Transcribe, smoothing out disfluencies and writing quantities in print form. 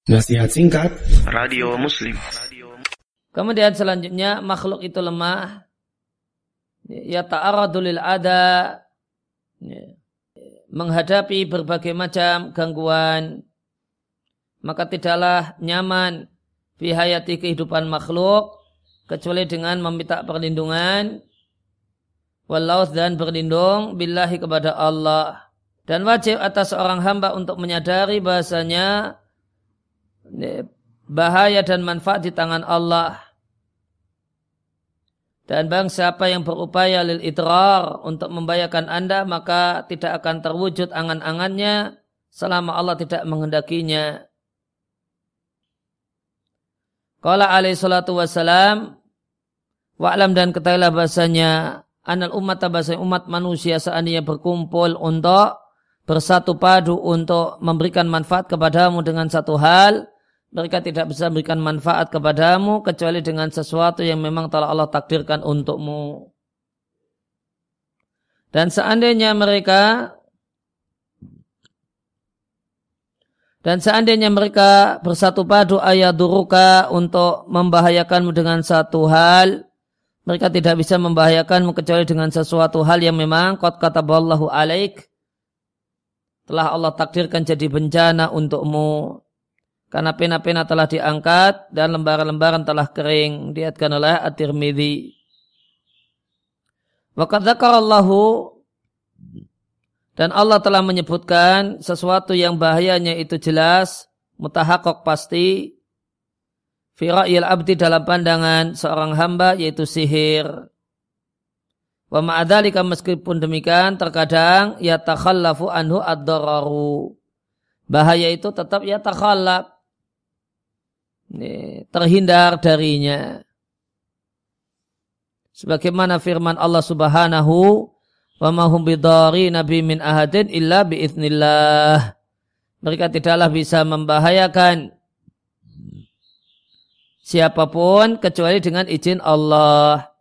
Nasihat singkat Radio Muslim. Kemudian selanjutnya makhluk itu lemah, ya ta'arradu lil ada, menghadapi berbagai macam gangguan, maka tidaklah nyaman fi hayati kehidupan makhluk kecuali dengan meminta perlindungan wallauz dan berlindung billahi kepada Allah. Dan wajib atas seorang hamba untuk menyadari bahasanya bahaya dan manfaat di tangan Allah. Dan bang siapa yang berupaya lil idrar untuk membahayakan Anda, maka tidak akan terwujud angan-angannya selama Allah tidak menghendakinya. Qala alaihi salatu wassalam, wa'lam dan ketahuilah bahasanya anal ummata bahasanya umat manusia seandainya berkumpul untuk bersatu padu untuk memberikan manfaat kepadamu dengan satu hal, mereka tidak bisa memberikan manfaat kepadamu kecuali dengan sesuatu yang memang telah Allah takdirkan untukmu. Dan seandainya mereka bersatu padu ayaduruka untuk membahayakanmu dengan satu hal, mereka tidak bisa membahayakanmu kecuali dengan sesuatu hal yang memang qad kataballahu alaik, telah Allah takdirkan jadi bencana untukmu. Karena pena-pena telah diangkat dan lembaran-lembaran telah kering. Diriwayatkan oleh At-Tirmidzi. Wa qad dzakarallahu, dan Allah telah menyebutkan sesuatu yang bahayanya itu jelas, mutahaqqaq pasti, fi ra'yil abdi dalam pandangan seorang hamba yaitu sihir. Wa ma'adzalika meskipun demikian terkadang yatakhallafu anhu ad-dararu. Bahaya itu tetap yatakhallaf, terhindar darinya. Sebagaimana firman Allah Subhanahu wa ma hum bidarrina bi min ahadin illa bi idznillah. Mereka tidaklah bisa membahayakan siapapun kecuali dengan izin Allah.